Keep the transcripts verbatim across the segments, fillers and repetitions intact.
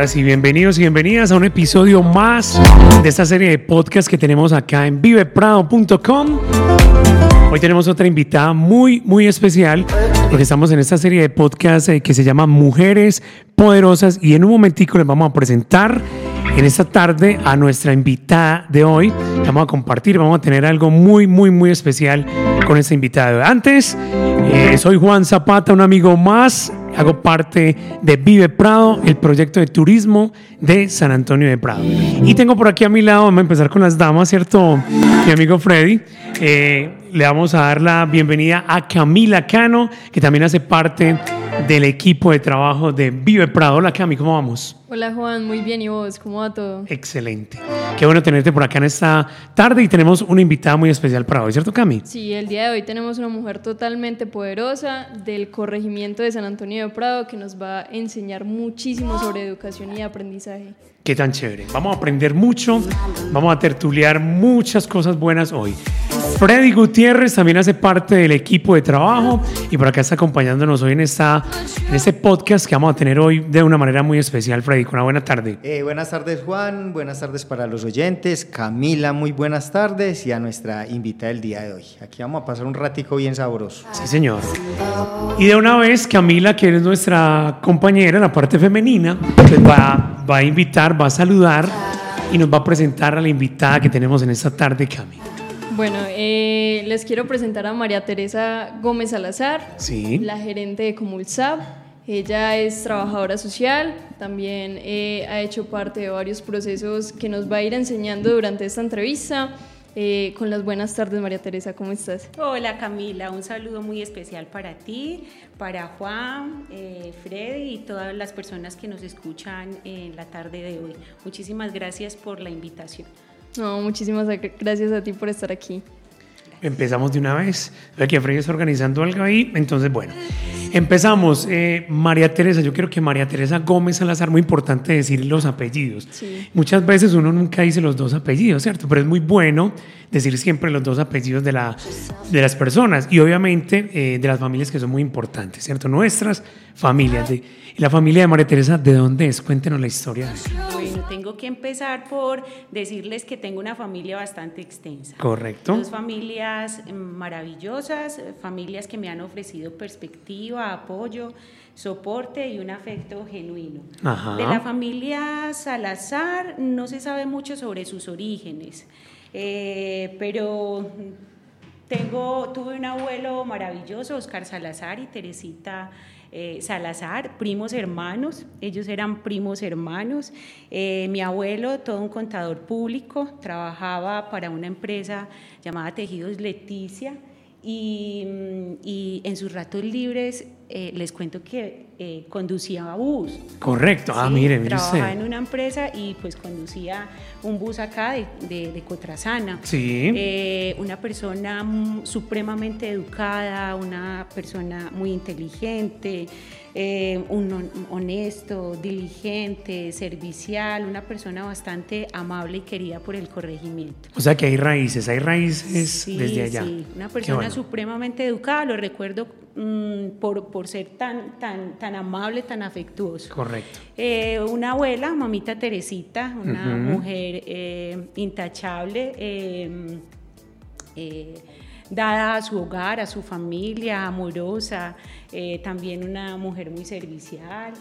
Ahora sí, bienvenidos y bienvenidas a un episodio más de esta serie de podcast que tenemos acá en vive prado punto com. Hoy tenemos otra invitada muy, muy especial porque estamos en esta serie de podcast eh, que se llama Mujeres Poderosas, y en un momentico les vamos a presentar en esta tarde a nuestra invitada de hoy. Vamos a compartir, vamos a tener algo muy, muy, muy especial con esta invitada. Antes, eh, soy Juan Zapata, un amigo más. Hago parte de Vive Prado, el proyecto de turismo de San Antonio de Prado. Y tengo por aquí a mi lado, vamos a empezar con las damas, ¿cierto? Mi amigo Freddy. Eh, le vamos a dar la bienvenida a Camila Cano, que también hace parte del equipo de trabajo de Vive Prado. Hola Cami, ¿cómo vamos? Hola Juan, muy bien, ¿y vos? ¿Cómo va todo? Excelente. Qué bueno tenerte por acá en esta tarde, y tenemos una invitada muy especial para hoy, ¿cierto Cami? Sí, el día de hoy tenemos una mujer totalmente poderosa del corregimiento de San Antonio de Prado que nos va a enseñar muchísimo sobre educación y aprendizaje. Qué tan chévere. Vamos a aprender mucho, vamos a tertuliar muchas cosas buenas hoy. Freddy Gutiérrez también hace parte del equipo de trabajo y por acá está acompañándonos hoy en, esta, en este podcast que vamos a tener hoy de una manera muy especial. Freddy, una buena tarde. Eh, buenas tardes Juan, buenas tardes para los oyentes. Camila, muy buenas tardes, y a nuestra invitada del día de hoy. Aquí vamos a pasar un ratico bien sabroso. Sí, señor. Y de una vez, Camila, que es nuestra compañera en la parte femenina, pues va, va a invitar, va a saludar y nos va a presentar a la invitada que tenemos en esta tarde, Camila. Bueno, eh, les quiero presentar a María Teresa Gómez Salazar, sí. La gerente de Comulsab. Ella es trabajadora social, también eh, ha hecho parte de varios procesos que nos va a ir enseñando durante esta entrevista. Eh, con las buenas tardes, María Teresa, ¿cómo estás? Hola Camila, un saludo muy especial para ti, para Juan, eh, Freddy y todas las personas que nos escuchan en la tarde de hoy. Muchísimas gracias por la invitación. No, muchísimas gracias a ti por estar aquí. Empezamos de una vez. Veo que Freddy está organizando algo ahí. Entonces, bueno, empezamos. Eh, María Teresa, yo quiero que María Teresa Gómez Salazar, muy importante decir los apellidos. Sí. Muchas veces uno nunca dice los dos apellidos, ¿cierto? Pero es muy bueno decir siempre los dos apellidos de, la, de las personas y obviamente eh, de las familias que son muy importantes, ¿cierto? Nuestras familias. De, y la familia de María Teresa, ¿de dónde es? Cuéntenos la historia. Bueno, tengo que empezar por decirles que tengo una familia bastante extensa. Correcto. Dos familias maravillosas, familias que me han ofrecido perspectiva, apoyo, soporte y un afecto genuino. Ajá. De la familia Salazar no se sabe mucho sobre sus orígenes, eh, pero tengo, tuve un abuelo maravilloso, Oscar Salazar y Teresita Eh, Salazar, primos hermanos, ellos eran primos hermanos. Eh, mi abuelo, todo un contador público, trabajaba para una empresa llamada Tejidos Leticia y, y en sus ratos libres eh, les cuento que eh, conducía bus. Correcto, ah, sí, mire, mire trabajaba usted. en una empresa y pues conducía un bus acá de, de, de Cotrasana. Sí. Eh, una persona supremamente educada, una persona muy inteligente, eh, un honesto, diligente, servicial, una persona bastante amable y querida por el corregimiento. O sea que hay raíces, hay raíces sí, desde allá. Sí, una persona bueno. supremamente educada, lo recuerdo mmm, por, por ser tan, tan, tan amable, tan afectuoso. Correcto. Eh, una abuela, mamita Teresita, una uh-huh. mujer eh, intachable, eh, eh, dada a su hogar, a su familia, amorosa, eh, también una mujer muy servicial.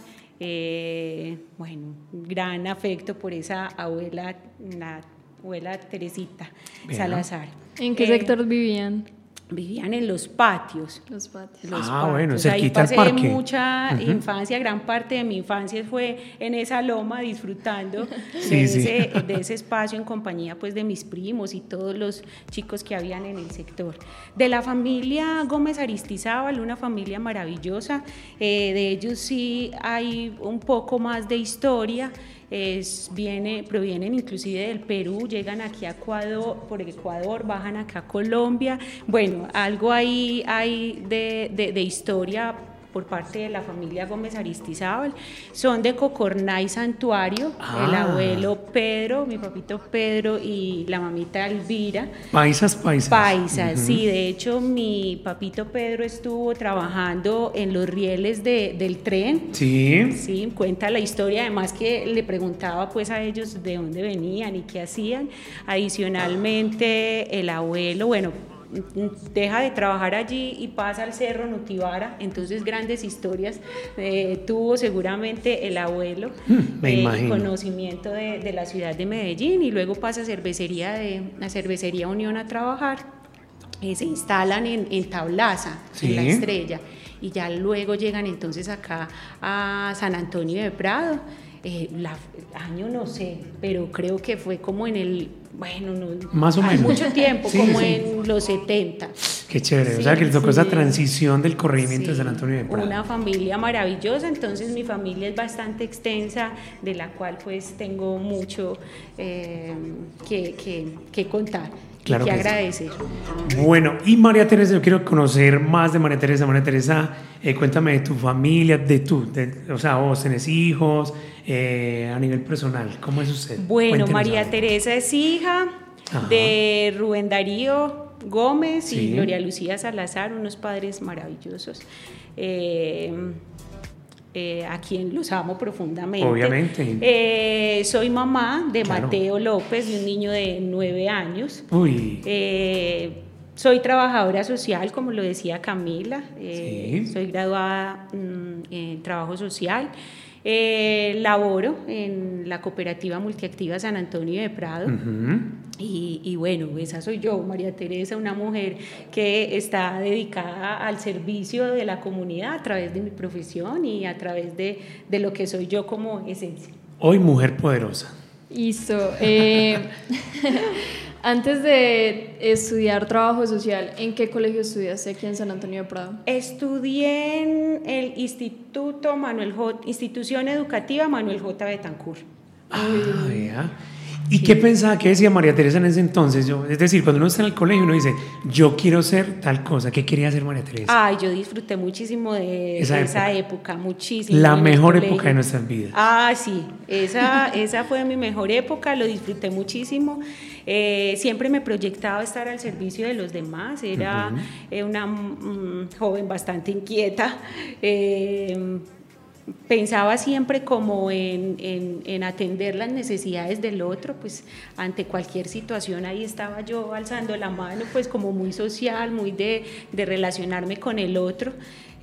Eh, bueno, gran afecto por esa abuela, la abuela Teresita Bien. Salazar. ¿En qué eh, sector vivían? Vivían en los patios. Los patios. Los ah, patios. bueno, cerquita al parque. Ahí pasé mucha uh-huh. infancia, gran parte de mi infancia fue en esa loma disfrutando sí, de, sí. Ese, de ese espacio en compañía pues, de mis primos y todos los chicos que habían en el sector. De la familia Gómez Aristizábal, una familia maravillosa, eh, de ellos sí hay un poco más de historia. Es, viene, provienen inclusive del Perú, llegan aquí a Ecuador, por Ecuador, bajan acá a Colombia. Bueno, algo ahí hay de, de, de historia por parte de la familia Gómez Aristizábal. Son de Cocorná y Santuario, ah. el abuelo Pedro, mi papito Pedro y la mamita Elvira. Paisas, paisas. Paisas, uh-huh. sí, de hecho mi papito Pedro estuvo trabajando en los rieles de, del tren. Sí. Sí, cuenta la historia, además que le preguntaba pues a ellos de dónde venían y qué hacían. Adicionalmente el abuelo, bueno, deja de trabajar allí y pasa al Cerro Nutibara, entonces grandes historias eh, tuvo seguramente el abuelo, Me eh, imagino. conocimiento de, de la ciudad de Medellín, y luego pasa a cervecería de a cervecería Unión a trabajar, eh, se instalan en, en Tablaza, ¿Sí? en La Estrella, y ya luego llegan entonces acá a San Antonio de Prado. Eh, la, año no sé, pero creo que fue como en el, bueno, no, más o hay menos. mucho tiempo, sí, como sí. en los setenta. Qué chévere, Sí, o sea que le tocó sí. esa transición del corregimiento Sí, de San Antonio de Prado. una familia maravillosa, entonces mi familia es bastante extensa, de la cual pues tengo mucho eh, que, que, que contar. Claro y que, que agradecer. Sí. Bueno, y María Teresa, yo quiero conocer más de María Teresa. María Teresa, eh, cuéntame de tu familia, de tú, de, o sea, vos tenés hijos, eh, a nivel personal, ¿cómo es usted? Bueno, Cuéntenos María algo. Teresa es hija Ajá. de Rubén Darío Gómez Sí. y Gloria Lucía Salazar, unos padres maravillosos. Eh, Eh, a quien los amo profundamente. Obviamente. Eh, soy mamá de Claro. Mateo López, de un niño de nueve años. Uy. Eh, soy trabajadora social, como lo decía Camila. Eh, Sí. Soy graduada mm, en trabajo social. Eh, laboro en la cooperativa multiactiva San Antonio de Prado. Uh-huh. Y, y bueno, esa soy yo, María Teresa, una mujer que está dedicada al servicio de la comunidad a través de mi profesión y a través de, de lo que soy yo como esencia. Hoy mujer poderosa. Listo. Eh, antes de estudiar trabajo social, ¿en qué colegio estudiaste aquí en San Antonio de Prado? Estudié en el Instituto Manuel J, Institución Educativa Manuel J. Betancourt. Ah, vea. ¿Y sí. qué pensaba, qué decía María Teresa en ese entonces? Yo, es decir, cuando uno está en el colegio uno dice, yo quiero ser tal cosa. ¿Qué quería hacer María Teresa? Ay, yo disfruté muchísimo de esa, de esa época. época, muchísimo. La mejor época de nuestras vidas. Ah, sí, esa, esa fue mi mejor época, lo disfruté muchísimo. Eh, siempre me proyectaba estar al servicio de los demás, era uh-huh. eh, una um, joven bastante inquieta. Eh, Pensaba siempre como en, en, en atender las necesidades del otro, pues ante cualquier situación ahí estaba yo alzando la mano, pues como muy social, muy de, de relacionarme con el otro.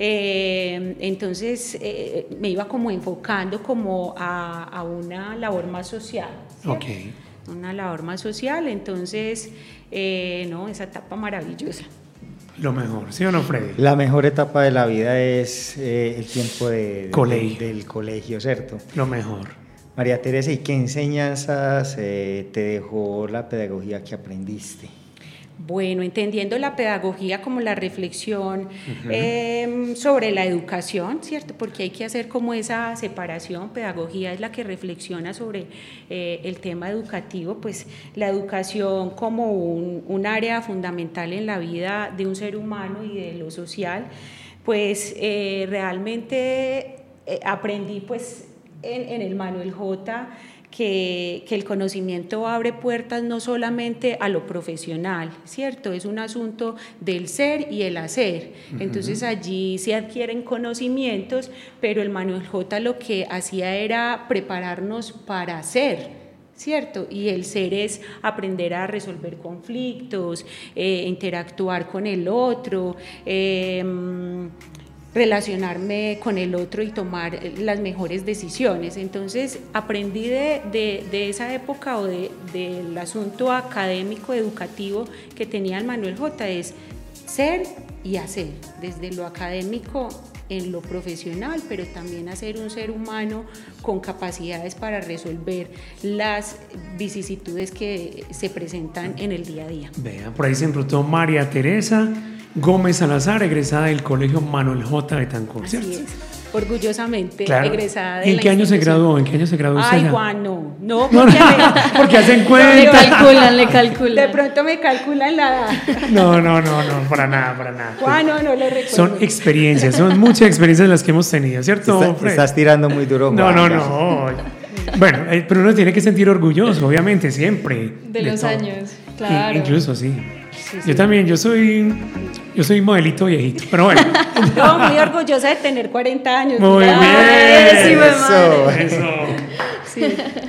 Eh, entonces eh, me iba como enfocando como a, a una labor más social, ¿cierto? Okay. Una labor más social, entonces, eh, no, esa etapa maravillosa. Lo mejor, ¿sí o no, Freddy? La mejor etapa de la vida es eh, el tiempo de, de, colegio. De, del colegio, ¿cierto? Lo mejor. María Teresa, ¿y qué enseñanzas eh, te dejó la pedagogía que aprendiste? Bueno, entendiendo la pedagogía como la reflexión uh-huh. eh, sobre la educación, ¿cierto? Porque hay que hacer como esa separación. Pedagogía es la que reflexiona sobre eh, el tema educativo, pues la educación como un, un área fundamental en la vida de un ser humano y de lo social, pues eh, realmente eh, aprendí pues en, en el Manuel J. Que, que el conocimiento abre puertas no solamente a lo profesional, ¿cierto? Es un asunto del ser y el hacer. Uh-huh. Entonces allí se adquieren conocimientos, pero el Manuel J. lo que hacía era prepararnos para hacer, ¿cierto? Y el ser es aprender a resolver conflictos, eh, interactuar con el otro, eh, relacionarme con el otro y tomar las mejores decisiones. Entonces aprendí de, de, de esa época o de, del asunto académico educativo que tenía el Manuel J. es ser y hacer, desde lo académico en lo profesional, pero también hacer un ser humano con capacidades para resolver las vicisitudes que se presentan en el día a día. Vean, por ahí se enrutó María Teresa Gómez Salazar, egresada del Colegio Manuel J. Betancourt, ¿cierto? Así es. orgullosamente Claro. egresada de ¿Y en la qué año se institución. graduó? ¿En qué año se graduó usted Ay, ya? Juan, no, no, No, porque, no, me- porque hacen Le cuenta. calculan, le calculan. de pronto me calculan la edad. No, no, no, no, para nada, para nada. Juan, no, no lo recuerdo. Son experiencias, son muchas experiencias las que hemos tenido, ¿cierto, Está- Fred? estás tirando muy duro, No, Juan, no, ya. no. Bueno, eh, pero uno tiene que sentir orgulloso, obviamente, siempre. De los todo. años, In- claro. incluso, sí. Sí, sí. Yo también, yo soy, yo soy modelito viejito, pero bueno. No, muy orgullosa de tener cuarenta años. Muy mira. bien. sí, me Eso. madre. Eso. Sí.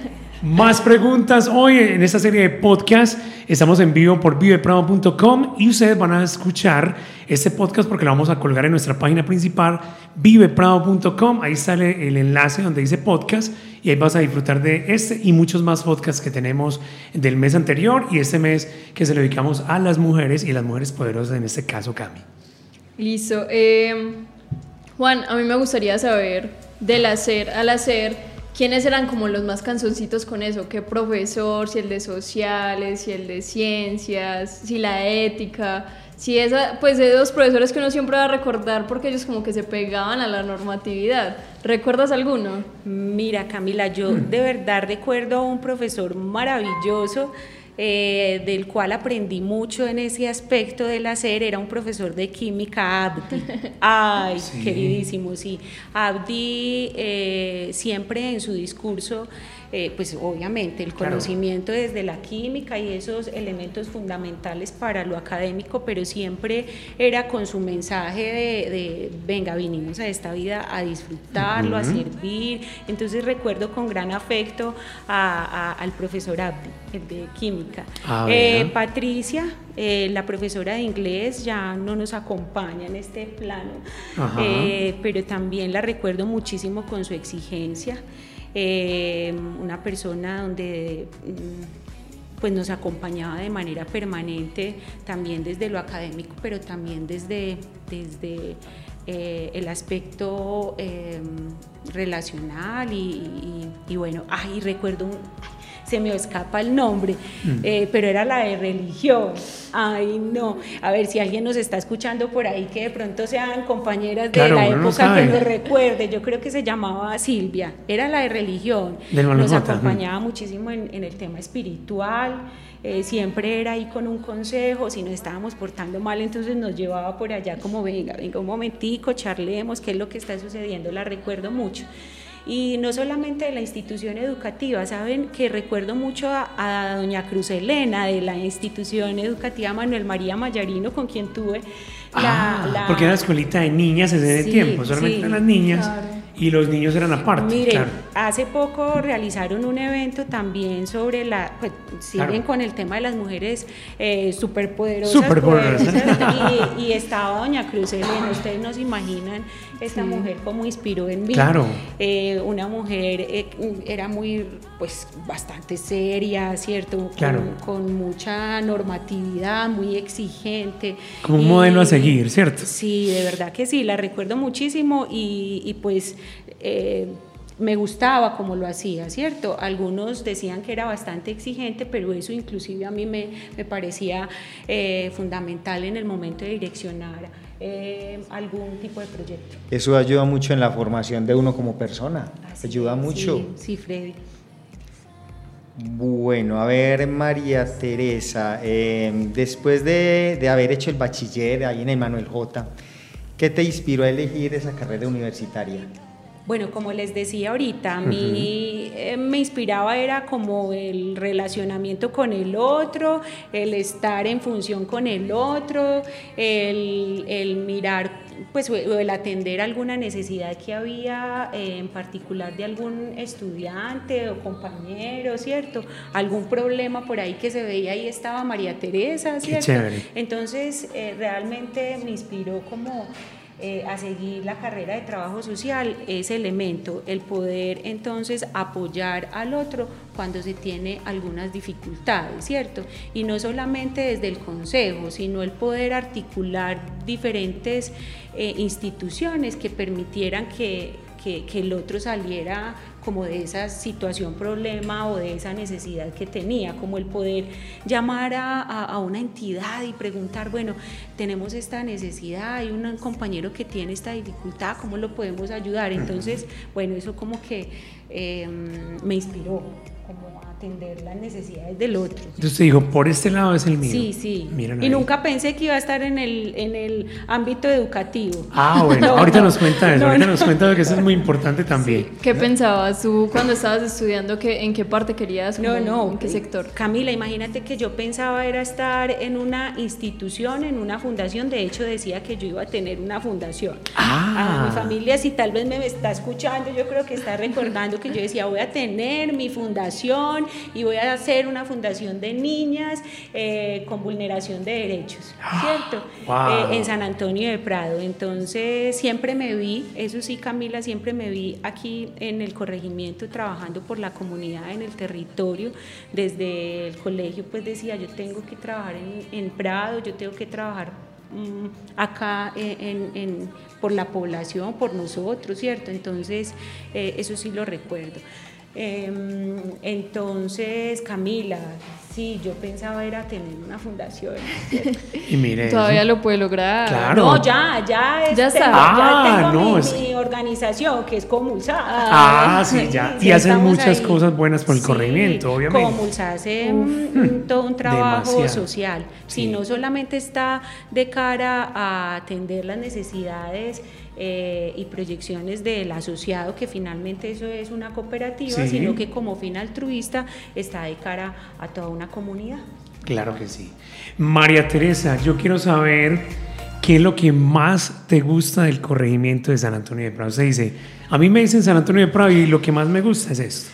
Más preguntas hoy en esta serie de podcast. Estamos en vivo por vive prado punto com y ustedes van a escuchar este podcast porque lo vamos a colgar en nuestra página principal vive prado punto com. Ahí sale el enlace donde dice podcast y ahí vas a disfrutar de este y muchos más podcasts que tenemos del mes anterior y este mes que se lo dedicamos a las mujeres y las mujeres poderosas, en este caso Cami. Listo. Eh, Juan, a mí me gustaría saber del hacer al hacer, ¿quiénes eran como los más canzoncitos con eso? ¿Qué profesor? Si el de sociales, si el de ciencias, si la ética, si esa, pues de dos profesores que uno siempre va a recordar porque ellos como que se pegaban a la normatividad. ¿Recuerdas alguno? Mira, Camila, yo de verdad recuerdo a un profesor maravilloso eh, del cual aprendí mucho en ese aspecto del hacer. Era un profesor de química, Abdi. Ay, Sí. queridísimo, sí. Abdi eh, siempre en su discurso, eh, pues obviamente el Claro. conocimiento desde la química y esos elementos fundamentales para lo académico, pero siempre era con su mensaje de, de venga, vinimos a esta vida a disfrutarlo, a servir. Entonces recuerdo con gran afecto a, a- al profesor Abdi, el de química. Ah, Eh, vea. Patricia, eh, la profesora de inglés, ya no nos acompaña en este plano, Ajá. eh, pero también la recuerdo muchísimo con su exigencia. Eh, una persona donde mm, pues nos acompañaba de manera permanente, también desde lo académico, pero también desde, desde eh, el aspecto eh, relacional y, y- y bueno, ay, recuerdo un... se me escapa el nombre, eh, pero era la de religión. Ay, no. A ver si alguien nos está escuchando por ahí que de pronto sean compañeras de Claro, la uno no época sabe. que nos recuerde. Yo creo que se llamaba Silvia. Era la de religión. Del Nos Manojota, acompañaba muchísimo en, en el tema espiritual. Eh, siempre era ahí con un consejo. Si nos estábamos portando mal, entonces nos llevaba por allá como venga, venga un momentico, charlemos, qué es lo que está sucediendo. La recuerdo mucho. Y no solamente de la institución educativa, saben que recuerdo mucho a, a doña Cruz Elena de la institución educativa Manuel María Mayarino, con quien tuve la... Ah, la- porque era escuelita de niñas en ese Sí, tiempo, solamente sí, eran las niñas claro. y los niños eran aparte. Miren, claro. hace poco realizaron un evento también sobre la, pues siguen Claro. con el tema de las mujeres eh, superpoderosas, Superpoderosas. poderosas, y, y estaba doña Cruz Elena. Ustedes no se imaginan esta mujer cómo inspiró en mí. Claro. Eh, una mujer eh, era muy, pues bastante seria, ¿cierto? Claro. Con, con mucha normatividad, muy exigente. Como un Y- modelo a seguir, ¿cierto? Sí, de verdad que sí, la recuerdo muchísimo y, y pues eh, me gustaba como lo hacía, ¿cierto? Algunos decían que era bastante exigente, pero eso inclusive a mí me, me parecía eh, fundamental en el momento de direccionar eh, algún tipo de proyecto. Eso ayuda mucho en la formación de uno como persona. Así Ayuda es, mucho. Sí, sí, Freddy. Bueno, a ver, María Teresa, eh, después de, de haber hecho el bachiller ahí en el Manuel J, ¿qué te inspiró a elegir esa carrera universitaria? Bueno, como les decía ahorita, a mí eh, me inspiraba era como el relacionamiento con el otro, el estar en función con el otro, el, el mirar, pues o el atender alguna necesidad que había eh, en particular de algún estudiante o compañero, ¿cierto? Algún problema por ahí que se veía, ahí estaba María Teresa, ¿cierto? chévere. Entonces, eh, realmente me inspiró como eh, a seguir la carrera de trabajo social, ese elemento, el poder entonces apoyar al otro cuando se tiene algunas dificultades, ¿cierto? Y no solamente desde el consejo, sino el poder articular diferentes eh, instituciones que permitieran que, que, que el otro saliera con como de esa situación, problema o de esa necesidad que tenía, como el poder llamar a, a, a una entidad y preguntar, bueno, tenemos esta necesidad, hay un compañero que tiene esta dificultad, ¿cómo lo podemos ayudar? Entonces, bueno, eso como que eh, me inspiró como a atender las necesidades del otro. Entonces te dijo, por este lado es el mío. Sí, sí. Miren y ahí. nunca pensé que iba a estar en el, en el ámbito educativo. Ah, bueno, No, ahorita no. nos cuenta eso, No, ahorita no. nos cuenta que eso es muy importante también. ¿Qué pensabas tú cuando estabas estudiando? Que, ¿En qué parte querías? No, como, no. ¿En qué sector? Camila, imagínate que yo pensaba era estar en una institución, en una fundación. De hecho, decía que yo iba a tener una fundación. Ah. A mi familia, si tal vez me está escuchando, yo creo que está recordando que yo decía, voy a tener mi fundación y voy a hacer una fundación de niñas eh, con vulneración de derechos, ¿cierto? Wow. Eh, en San Antonio de Prado. Entonces, siempre me vi, eso sí, Camila, siempre me vi aquí en el corregimiento trabajando por la comunidad, en el territorio. Desde el colegio, pues decía, yo tengo que trabajar en, en Prado, yo tengo que trabajar mmm, acá en, en, por la población, por nosotros, ¿cierto? Entonces, eh, eso sí lo recuerdo. Eh, entonces, Camila, sí, yo pensaba era tener una fundación, ¿cierto? Y mire Todavía eso. lo puede lograr. Claro. No, ya, ya, es, Ya tengo, está. Ah, ya tengo no, mi, es- mi organización, que es Comulsa. Ah, sí, ya. Y hacen estamos muchas cosas buenas por el corregimiento, obviamente. Comulsa hace un- todo un trabajo demasiado. social. Sí. Si no solamente está de cara a atender las necesidades eh, y proyecciones del asociado, que finalmente eso es una cooperativa, Sí. sino que como fin altruista está de cara a toda una comunidad. Claro que sí. María Teresa, yo quiero saber qué es lo que más te gusta del corregimiento de San Antonio de Prado. Usted dice, a mí me dicen San Antonio de Prado y lo que más me gusta es esto.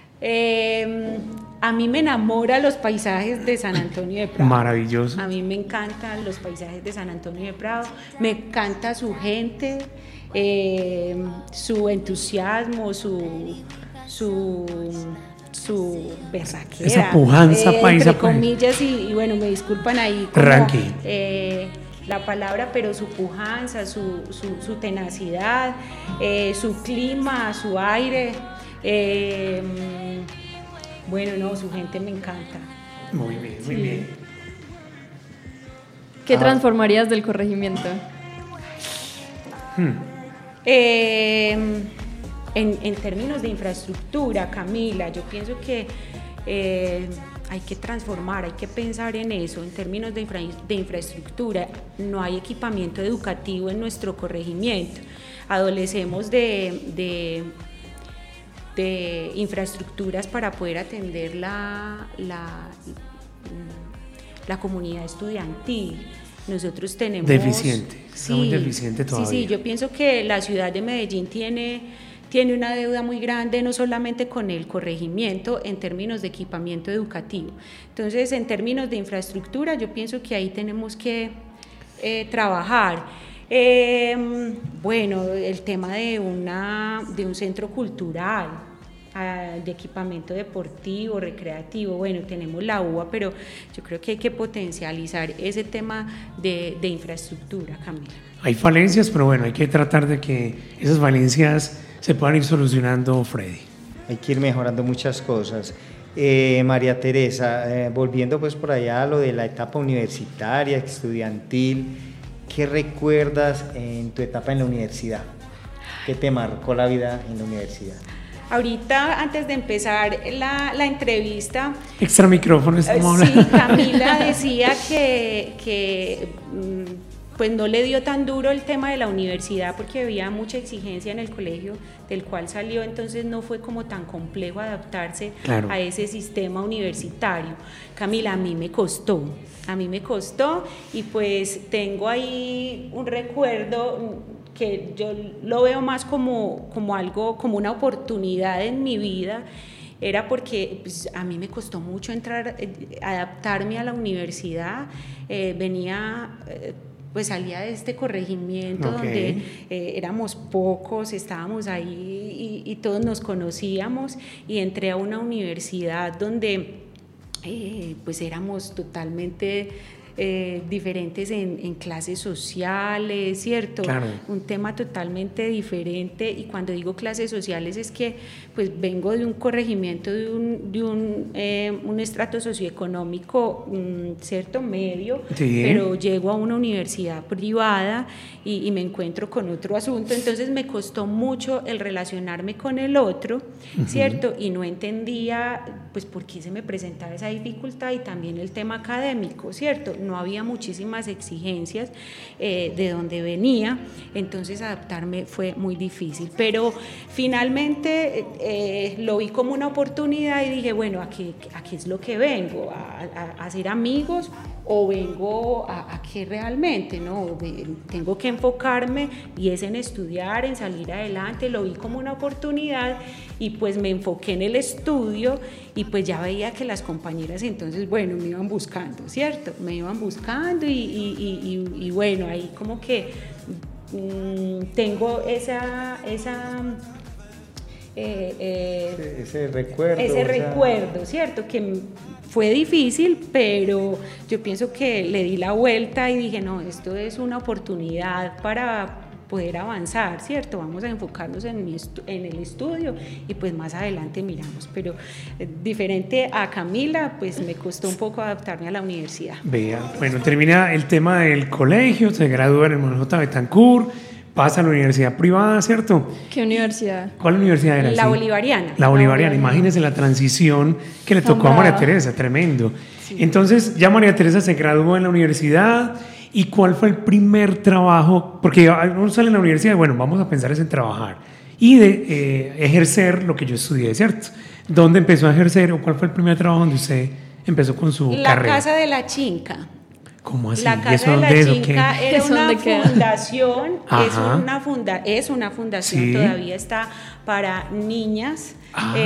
Eh, a mí me enamora los paisajes de San Antonio de Prado. Maravilloso. A mí me encantan los paisajes de San Antonio de Prado, me encanta su gente, eh, su entusiasmo, su, su, su berraquera. Esa pujanza eh, paisa, entre pues. comillas, y, y bueno, me disculpan ahí como, Ranking. eh, la palabra, pero su pujanza, su, su, su tenacidad, eh, su clima, su aire. Eh, bueno, no, su gente me encanta. Muy bien, muy Sí. bien. ¿Qué Ah. transformarías del corregimiento? Hmm. Eh, en, en términos de infraestructura, Camila, yo pienso que eh, hay que transformar, hay que pensar en eso. En términos de, infra, de infraestructura, no hay equipamiento educativo en nuestro corregimiento. Adolecemos de, de, de infraestructuras para poder atender la, la, la comunidad estudiantil. Nosotros tenemos... Deficiente, está muy deficiente todavía. Sí, sí, yo pienso que la ciudad de Medellín tiene, tiene una deuda muy grande, no solamente con el corregimiento en términos de equipamiento educativo. Entonces, en términos de infraestructura, yo pienso que ahí tenemos que eh, trabajar. Eh, bueno, el tema de, una, de un centro cultural, de equipamiento deportivo, recreativo, bueno, tenemos la U A, pero yo creo que hay que potencializar ese tema de, de infraestructura, Camila. Hay falencias, pero bueno, hay que tratar de que esas falencias se puedan ir solucionando, Freddy. Hay que ir mejorando muchas cosas. Eh, María Teresa, eh, volviendo pues por allá a lo de la etapa universitaria, estudiantil, ¿qué recuerdas en tu etapa en la universidad? ¿Qué te marcó la vida en la universidad? Ahorita, antes de empezar la, la entrevista, Extra micrófono, eh, estamos sí, hablando. Camila decía que, que mm, pues no le dio tan duro el tema de la universidad porque había mucha exigencia en el colegio del cual salió, entonces no fue como tan complejo adaptarse Claro. a ese sistema universitario. Camila, a mí me costó, a mí me costó y pues tengo ahí un recuerdo que yo lo veo más como, como algo, como una oportunidad en mi vida. Era porque pues, a mí me costó mucho entrar, eh, adaptarme a la universidad, eh, venía, eh, pues salía de este corregimiento Ok. donde eh, éramos pocos, estábamos ahí y, y todos nos conocíamos y entré a una universidad donde eh, pues éramos totalmente eh, diferentes en, en clases sociales, ¿cierto? Claro. Un tema totalmente diferente, y cuando digo clases sociales es que pues vengo de un corregimiento de un, de un, eh, un estrato socioeconómico, um, cierto, medio, sí. pero llego a una universidad privada y, y me encuentro con otro asunto, entonces me costó mucho el relacionarme con el otro, uh-huh. ¿cierto? Y no entendía pues por qué se me presentaba esa dificultad, y también el tema académico, ¿cierto? No había muchísimas exigencias eh, de donde venía, entonces adaptarme fue muy difícil, pero finalmente eh, lo vi como una oportunidad y dije, bueno, aquí, aquí es lo que vengo, a, a, a hacer amigos, o vengo a, a qué realmente, ¿no? Tengo que enfocarme, y es en estudiar, en salir adelante. Lo vi como una oportunidad y pues me enfoqué en el estudio, y pues ya veía que las compañeras entonces, bueno, me iban buscando, ¿cierto? Me iban buscando y, y, y, y bueno, ahí como que mmm, tengo esa... esa Eh, eh, ese recuerdo. Ese o sea... recuerdo, ¿cierto? Que fue difícil, pero yo pienso que le di la vuelta y dije, no, esto es una oportunidad para poder avanzar, ¿cierto? Vamos a enfocarnos en, mi estu- en el estudio, y pues más adelante miramos, pero eh, diferente a Camila, pues me costó un poco adaptarme a la universidad. Vea, bueno, termina el tema del colegio, se gradúa en el Manuel J. Betancourt, pasa a la universidad privada, ¿cierto? ¿Qué universidad? ¿Cuál universidad era? La sí? Bolivariana. La Bolivariana, imagínense la transición que le tocó a María Teresa, tremendo. Sí. Entonces, ya María Teresa se graduó en la universidad, ¿y cuál fue el primer trabajo? Porque uno sale en la universidad y bueno, vamos a pensar es en trabajar y de eh, ejercer lo que yo estudié, ¿cierto? ¿Dónde empezó a ejercer, o cuál fue el primer trabajo donde usted empezó con su la carrera? La Casa de la Chinca. ¿Cómo así? La Casa de la Chinca era una fundación, es una, funda, es una fundación, sí. Todavía está para niñas ah.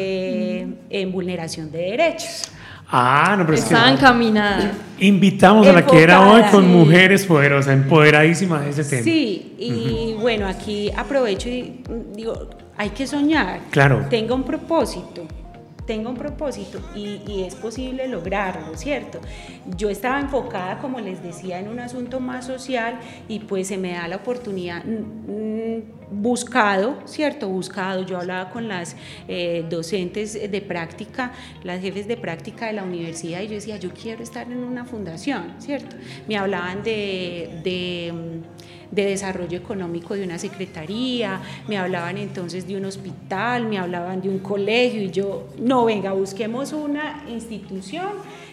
eh, en vulneración de derechos. Ah, no, pero es Está que encaminada. Invitamos a la que era hoy con sí. Mujeres poderosas, empoderadísimas de ese tema. Sí, y uh-huh. bueno, aquí aprovecho y digo, hay que soñar. Claro. Tenga un propósito. Tengo un propósito y, y es posible lograrlo, ¿cierto? Yo estaba enfocada, como les decía, en un asunto más social, y pues se me da la oportunidad, mmm, buscado, ¿cierto? Buscado, yo hablaba con las eh, docentes de práctica, las jefes de práctica de la universidad, y yo decía, yo quiero estar en una fundación, ¿cierto? Me hablaban de... de de desarrollo económico de una secretaría, me hablaban entonces de un hospital, me hablaban de un colegio, y yo, no, venga, busquemos una institución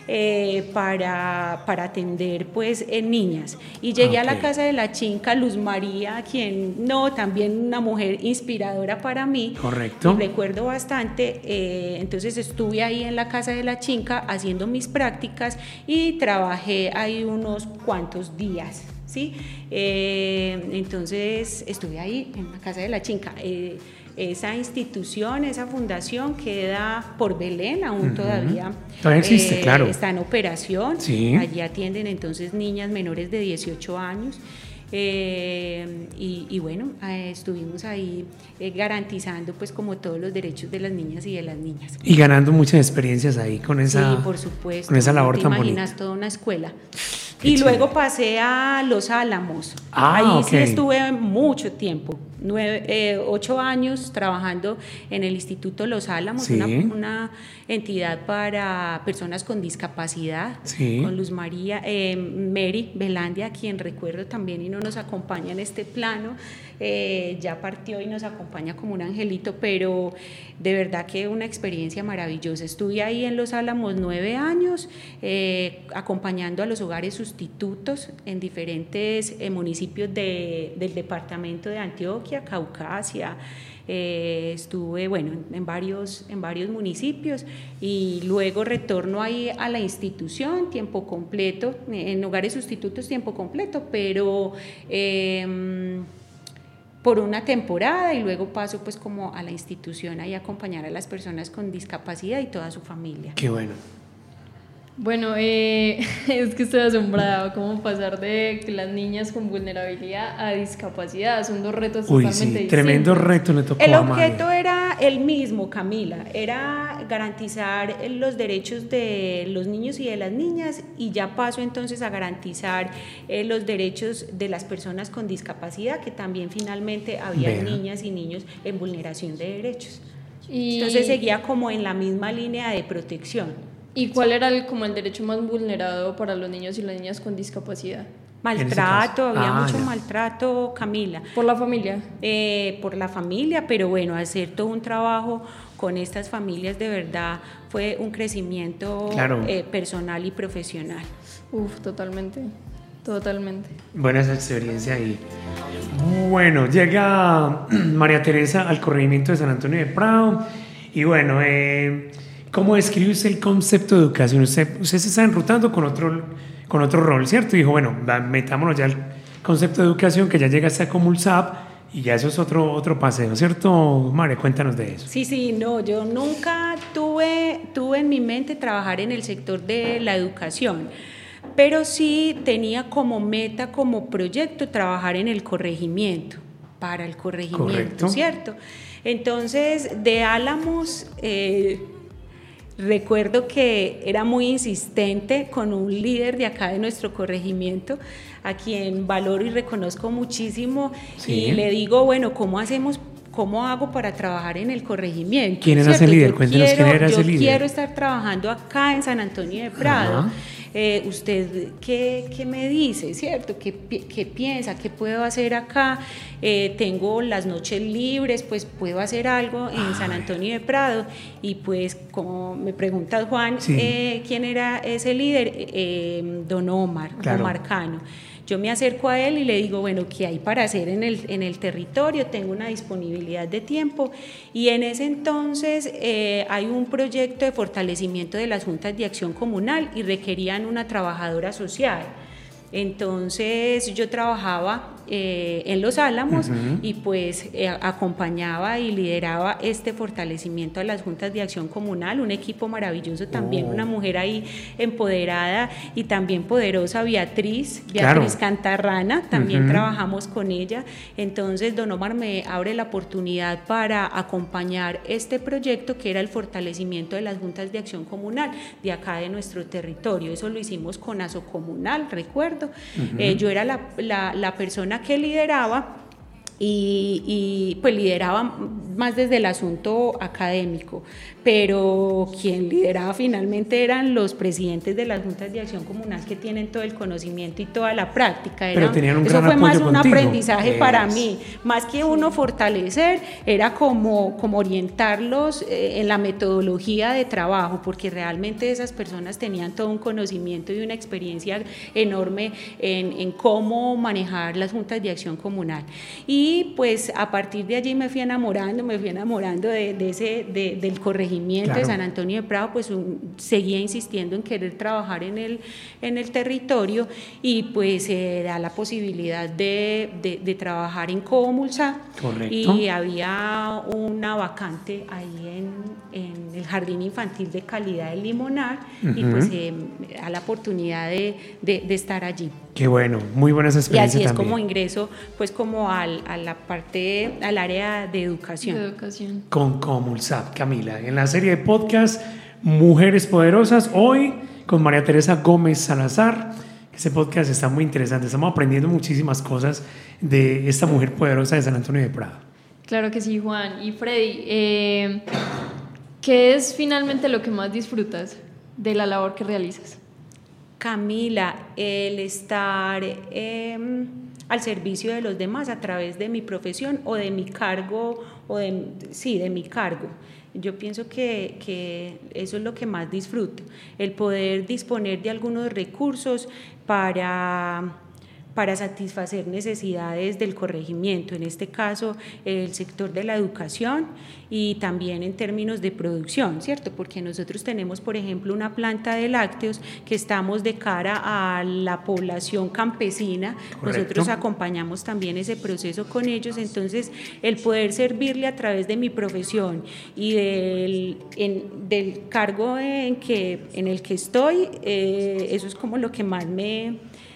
eh, para, para atender pues en niñas. Y llegué okay. a la Casa de la Chinca, Luz María, quien, no, también una mujer inspiradora para mí. Correcto. Y recuerdo bastante, eh, entonces estuve ahí en la Casa de la Chinca haciendo mis prácticas, y trabajé ahí unos cuantos días. ¿Sí? Eh, entonces estuve ahí en la Casa de la Chinca. Eh, esa institución, esa fundación queda por Belén, aún uh-huh. todavía, todavía existe, eh, claro. Está en operación. Sí. Allí atienden entonces niñas menores de dieciocho años. Eh, y, y bueno, eh, estuvimos ahí eh, garantizando pues como todos los derechos de las niñas y de las niñas. Y ganando muchas experiencias ahí con esa, sí, por supuesto, con esa labor te tan imaginas bonita. Toda una escuela. Qué y chévere. Luego pasé a Los Álamos. Ah, ahí okay. sí estuve mucho tiempo, nueve, eh, ocho años trabajando en el Instituto Los Álamos, sí. una, una entidad para personas con discapacidad, sí. con Luz María, eh, Mary Belandia, a quien recuerdo también y no nos acompaña en este plano, eh, ya partió y nos acompaña como un angelito, pero de verdad que una experiencia maravillosa. Estuve ahí en Los Álamos nueve años, eh, acompañando a los hogares sustitutos en diferentes eh, municipios de, del departamento de Antioquia, Caucasia. Eh, estuve bueno en varios, en varios municipios, y luego retorno ahí a la institución tiempo completo, en hogares sustitutos tiempo completo, pero eh, por una temporada, y luego paso pues como a la institución ahí a acompañar a las personas con discapacidad y toda su familia. Qué bueno. Bueno, eh, es que estoy asombrada, cómo pasar de las niñas con vulnerabilidad a discapacidad, son dos retos Uy, totalmente sí, distintos. Tremendo reto le tocó El a objeto María. era era el mismo, Camila, era garantizar los derechos de los niños y de las niñas, y ya paso entonces a garantizar eh, los derechos de las personas con discapacidad, que también finalmente había Vea. niñas y niños en vulneración de derechos. Y, Entonces seguía como en la misma línea de protección. ¿Y cuál era el, como el derecho más vulnerado para los niños y las niñas con discapacidad? Maltrato, había Ah, mucho ya. maltrato, Camila. ¿Por la familia? Eh, por la familia, pero bueno, hacer todo un trabajo con estas familias de verdad fue un crecimiento Claro. eh, personal y profesional. Uf, totalmente, totalmente. Buena esa experiencia ahí. Bueno, llega María Teresa al corregimiento de San Antonio de Prado. Y bueno, eh, ¿cómo describe usted el concepto de educación? Usted, usted se está enrutando con otro, con otro rol, ¿cierto? Y dijo, bueno, va, metámonos ya al concepto de educación, que ya llega hasta Comulsap, y ya eso es otro, otro paseo, ¿cierto, María? Cuéntanos de eso. Sí, sí, no, yo nunca tuve, tuve en mi mente trabajar en el sector de la educación, pero sí tenía como meta, como proyecto, trabajar en el corregimiento, para el corregimiento, Correcto. ¿cierto? Entonces, de Álamos, eh, recuerdo que era muy insistente con un líder de acá de nuestro corregimiento, a quien valoro y reconozco muchísimo, Sí. y le digo, bueno, ¿cómo hacemos? ¿Cómo hago para trabajar en el corregimiento? ¿Quién era ese ¿Cierto? líder? Yo Cuéntenos quiero, quién era ese yo líder. quiero estar trabajando acá en San Antonio de Prado. Ajá. Eh, ¿Usted qué, qué me dice, cierto? ¿Qué, pi- qué piensa? ¿Qué puedo hacer acá? Eh, tengo las noches libres, pues puedo hacer algo en San Antonio de Prado. Y pues, como me preguntas, Juan, Sí. eh, ¿quién era ese líder? Eh, don Omar, Claro. Omar Cano. Yo me acerco a él y le digo, bueno, ¿qué hay para hacer en el, en el territorio? Tengo una disponibilidad de tiempo, y en ese entonces eh, hay un proyecto de fortalecimiento de las juntas de acción comunal y requerían una trabajadora social. Entonces yo trabajaba eh, en Los Álamos, Ujú. y pues eh, acompañaba y lideraba este fortalecimiento de las juntas de acción comunal, un equipo maravilloso también, Oh. una mujer ahí empoderada y también poderosa, Beatriz, Claro. Beatriz Cantarrana, también Ujú. trabajamos con ella. Entonces don Omar me abre la oportunidad para acompañar este proyecto, que era el fortalecimiento de las juntas de acción comunal de acá de nuestro territorio. Eso lo hicimos con Asocomunal, recuerdo. Ujú. Eh, yo era la, la, la persona que lideraba, y, y pues lideraba más desde el asunto académico, pero quien lideraba finalmente eran los presidentes de las juntas de acción comunal, que tienen todo el conocimiento y toda la práctica. Era, Pero tenían un eso gran fue más apoyo un contigo. aprendizaje para Es. mí, más que uno fortalecer, era como, como orientarlos eh, en la metodología de trabajo, porque realmente esas personas tenían todo un conocimiento y una experiencia enorme en, en cómo manejar las juntas de acción comunal. Y pues a partir de allí me fui enamorando, me fui enamorando de, de ese, de, del corregimiento Claro. de San Antonio de Prado, pues un, seguía insistiendo en querer trabajar en el, en el territorio, y pues se eh, da la posibilidad de, de, de trabajar en Comulsa. Correcto. Y había una vacante ahí en, en el Jardín Infantil de Calidad del Limonar, y Ujú. pues eh, a la oportunidad de, de, de estar allí. Qué bueno, muy buena esa Y experiencia así es también. como ingreso pues como al, a la parte, al área de educación. De educación. Con Comulsap, Camila, en la serie de podcast Mujeres Poderosas, hoy con María Teresa Gómez Salazar. Este podcast está muy interesante, estamos aprendiendo muchísimas cosas de esta mujer poderosa de San Antonio de Prado. Claro que sí, Juan. Y Freddy, eh, ¿qué es finalmente lo que más disfrutas de la labor que realizas? Camila, el estar eh, al servicio de los demás a través de mi profesión o de mi cargo, o de, sí, de mi cargo. Yo pienso que, que eso es lo que más disfruto, el poder disponer de algunos recursos para, para satisfacer necesidades del corregimiento, en este caso el sector de la educación, y también en términos de producción, ¿cierto? Porque nosotros tenemos, por ejemplo, una planta de lácteos que estamos de cara a la población campesina. Correcto. Nosotros acompañamos también ese proceso con ellos, entonces el poder servirle a través de mi profesión y del, en, del cargo en, que, en el que estoy, eh, eso es como lo que más me...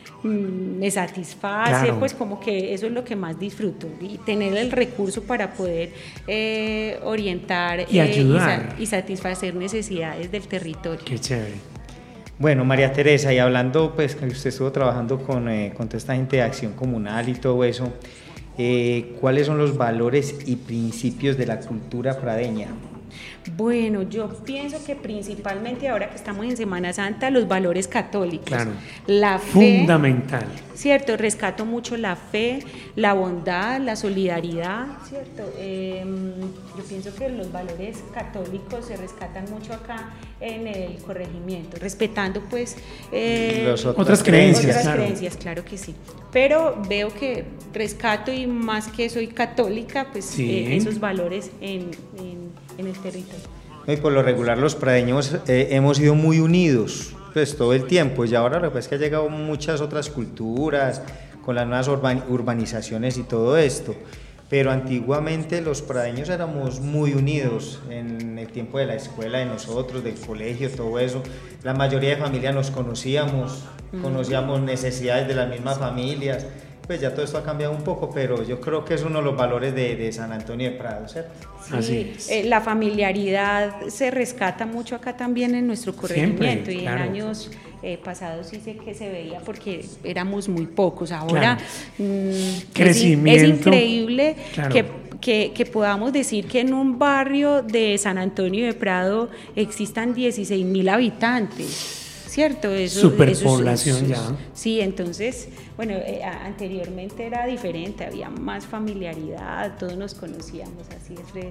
me satisface, claro. Pues como que eso es lo que más disfruto, y tener el recurso para poder eh, orientar y ayudar eh, y, sa y satisfacer necesidades del territorio. Qué chévere. Bueno, María Teresa, y hablando, pues que usted estuvo trabajando con, eh, con toda esta gente de acción comunal y todo eso, eh, ¿cuáles son los valores y principios de la cultura pradeña? Bueno, yo pienso que principalmente ahora que estamos en Semana Santa, los valores católicos, claro. La fe, fundamental, cierto, rescato mucho la fe, la bondad, la solidaridad, cierto. Eh, yo pienso que los valores católicos se rescatan mucho acá en el corregimiento, respetando pues eh, Los otras, otras creencias, otras claro. creencias, claro que sí. Pero veo que rescato, y más que soy católica, pues sí. eh, esos valores en, en, en el territorio. Y por lo regular los pradeños eh, hemos sido muy unidos pues todo el tiempo, y ahora lo que es que ha llegado muchas otras culturas con las nuevas urban, urbanizaciones y todo esto, pero antiguamente los pradeños éramos muy unidos en el tiempo de la escuela de nosotros, del colegio, todo eso. La mayoría de familias nos conocíamos, mm. conocíamos necesidades de las mismas familias. Pues ya todo esto ha cambiado un poco, pero yo creo que es uno de los valores de, de San Antonio de Prado, ¿cierto? Sí, así es. Eh, la familiaridad se rescata mucho acá también en nuestro corregimiento. Siempre, y claro. En años eh, pasados sí sé que se veía porque éramos muy pocos. Ahora claro. mmm, Crecimiento. Es, es increíble claro. que, que, que podamos decir que en un barrio de San Antonio de Prado existan dieciséis mil habitantes. ¿Cierto? Eso, Superpoblación eso, eso, ya. Sí, entonces, bueno, eh, anteriormente era diferente, había más familiaridad, todos nos conocíamos, así es, Fred.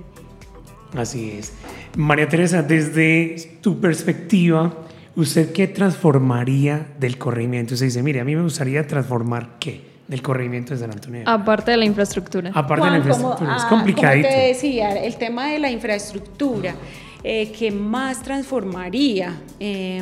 Así es. María Teresa, desde tu perspectiva, ¿usted qué transformaría del corregimiento? Usted dice, mire, a mí me gustaría transformar ¿qué? Del corregimiento de San Antonio. Aparte de la infraestructura. Aparte Juan, de la infraestructura, como, es ah, complicadito. Como te decía, el tema de la infraestructura, eh, ¿qué más transformaría? Eh,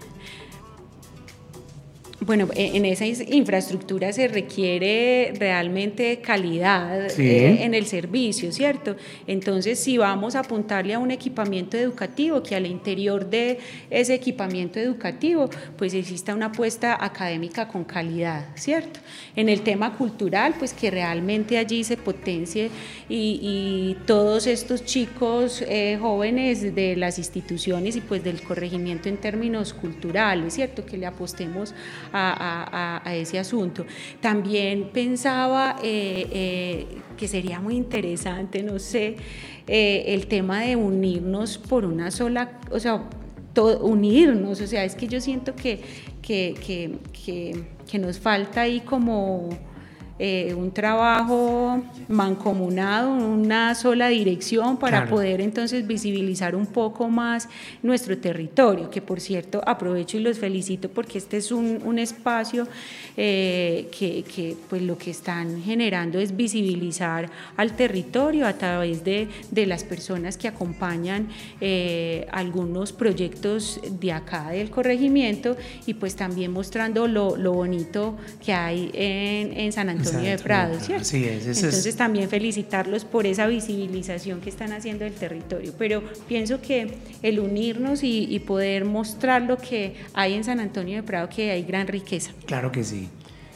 Bueno, en esa infraestructura se requiere realmente calidad sí. eh, en el servicio, ¿cierto? Entonces, si vamos a apuntarle a un equipamiento educativo, que al interior de ese equipamiento educativo, pues exista una apuesta académica con calidad, ¿cierto? En el tema cultural, pues que realmente allí se potencie y, y todos estos chicos eh, jóvenes de las instituciones y pues del corregimiento en términos culturales, ¿cierto? Que le apostemos A, a, a ese asunto. También pensaba eh, eh, que sería muy interesante, no sé, eh, el tema de unirnos por una sola, o sea, todo, unirnos, o sea, es que yo siento que, que, que, que, que nos falta ahí como Eh, un trabajo mancomunado, una sola dirección para claro. poder entonces visibilizar un poco más nuestro territorio, que por cierto aprovecho y los felicito porque este es un, un espacio eh, que, que pues lo que están generando es visibilizar al territorio a través de, de las personas que acompañan eh, algunos proyectos de acá del corregimiento y pues también mostrando lo, lo bonito que hay en, en San Antonio de Prado, ¿cierto? Así es, Entonces es... también felicitarlos por esa visibilización que están haciendo del territorio, pero pienso que el unirnos y, y poder mostrar lo que hay en San Antonio de Prado, que hay gran riqueza. Claro que sí.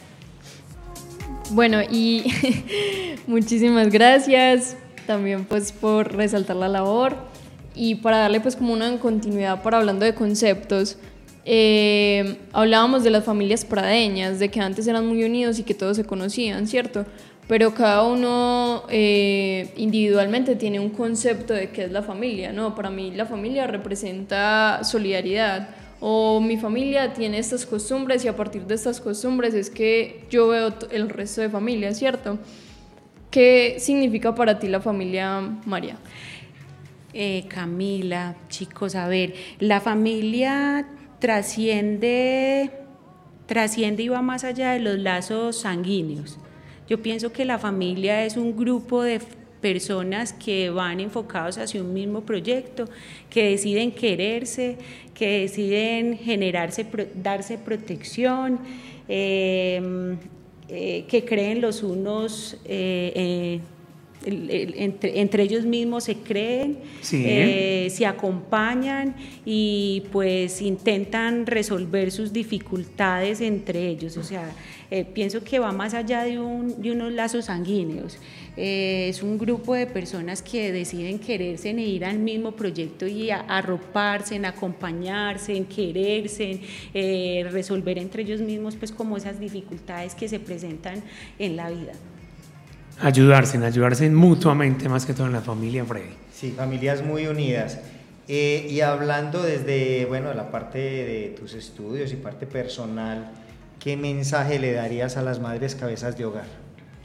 Bueno, y muchísimas gracias también pues por resaltar la labor y para darle pues como una continuidad para hablando de conceptos. Eh, hablábamos de las familias pradeñas, de que antes eran muy unidos y que todos se conocían, ¿cierto? Pero cada uno eh, individualmente tiene un concepto de qué es la familia, ¿no? Para mí la familia representa solidaridad, o mi familia tiene estas costumbres y a partir de estas costumbres es que yo veo el resto de familias, ¿cierto? ¿Qué significa para ti la familia, María? Eh, Camila, chicos, a ver, la familia trasciende, trasciende y va más allá de los lazos sanguíneos. Yo pienso que la familia es un grupo de personas que van enfocados hacia un mismo proyecto, que deciden quererse, que deciden generarse, darse protección, eh, eh, que creen los unos eh, eh, el, el, entre, entre ellos mismos se creen, sí. eh, se acompañan y pues intentan resolver sus dificultades entre ellos. O sea, eh, pienso que va más allá de, un, de unos lazos sanguíneos. Eh, es un grupo de personas que deciden quererse, en ir al mismo proyecto y a, arroparse, en acompañarse, en quererse, en eh, resolver entre ellos mismos pues como esas dificultades que se presentan en la vida. Ayudarse, en ayudarse mutuamente, más que todo en la familia, Freddy. Sí, familias muy unidas. Eh, y hablando desde, bueno, la parte de tus estudios y parte personal, ¿qué mensaje le darías a las madres cabezas de hogar?